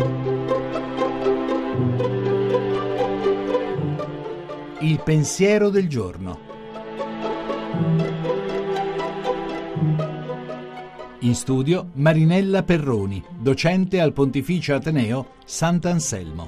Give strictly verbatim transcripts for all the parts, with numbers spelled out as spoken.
Il pensiero del giorno. In studio Marinella Perroni, docente al Pontificio Ateneo Sant'Anselmo.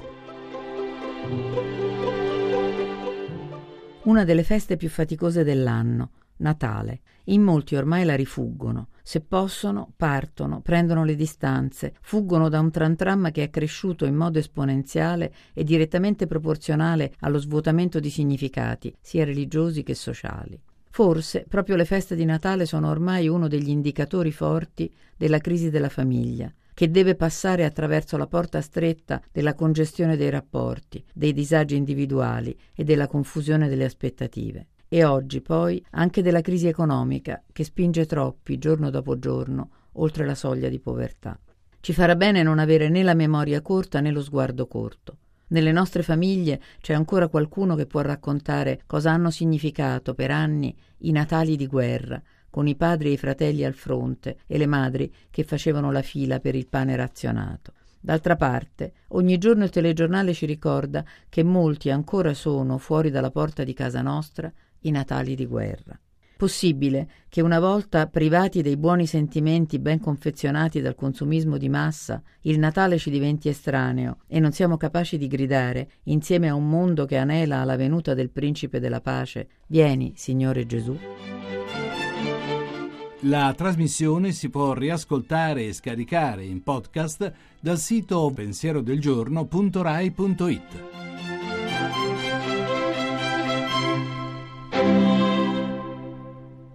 Una delle feste più faticose dell'anno, Natale. In molti ormai la rifuggono. Se possono, partono, prendono le distanze, fuggono da un tran tram che è cresciuto in modo esponenziale e direttamente proporzionale allo svuotamento di significati, sia religiosi che sociali. Forse proprio le feste di Natale sono ormai uno degli indicatori forti della crisi della famiglia, che deve passare attraverso la porta stretta della congestione dei rapporti, dei disagi individuali e della confusione delle aspettative. E oggi, poi, anche della crisi economica che spinge troppi, giorno dopo giorno, oltre la soglia di povertà. Ci farà bene non avere né la memoria corta né lo sguardo corto. Nelle nostre famiglie c'è ancora qualcuno che può raccontare cosa hanno significato per anni i Natali di guerra, con i padri e i fratelli al fronte e le madri che facevano la fila per il pane razionato. D'altra parte, ogni giorno il telegiornale ci ricorda che molti ancora sono, fuori dalla porta di casa nostra, i Natali di guerra. Possibile che una volta privati dei buoni sentimenti ben confezionati dal consumismo di massa, il Natale ci diventi estraneo e non siamo capaci di gridare, insieme a un mondo che anela alla venuta del Principe della Pace: «Vieni, Signore Gesù». La trasmissione si può riascoltare e scaricare in podcast dal sito pensierodelgiorno punto rai punto it.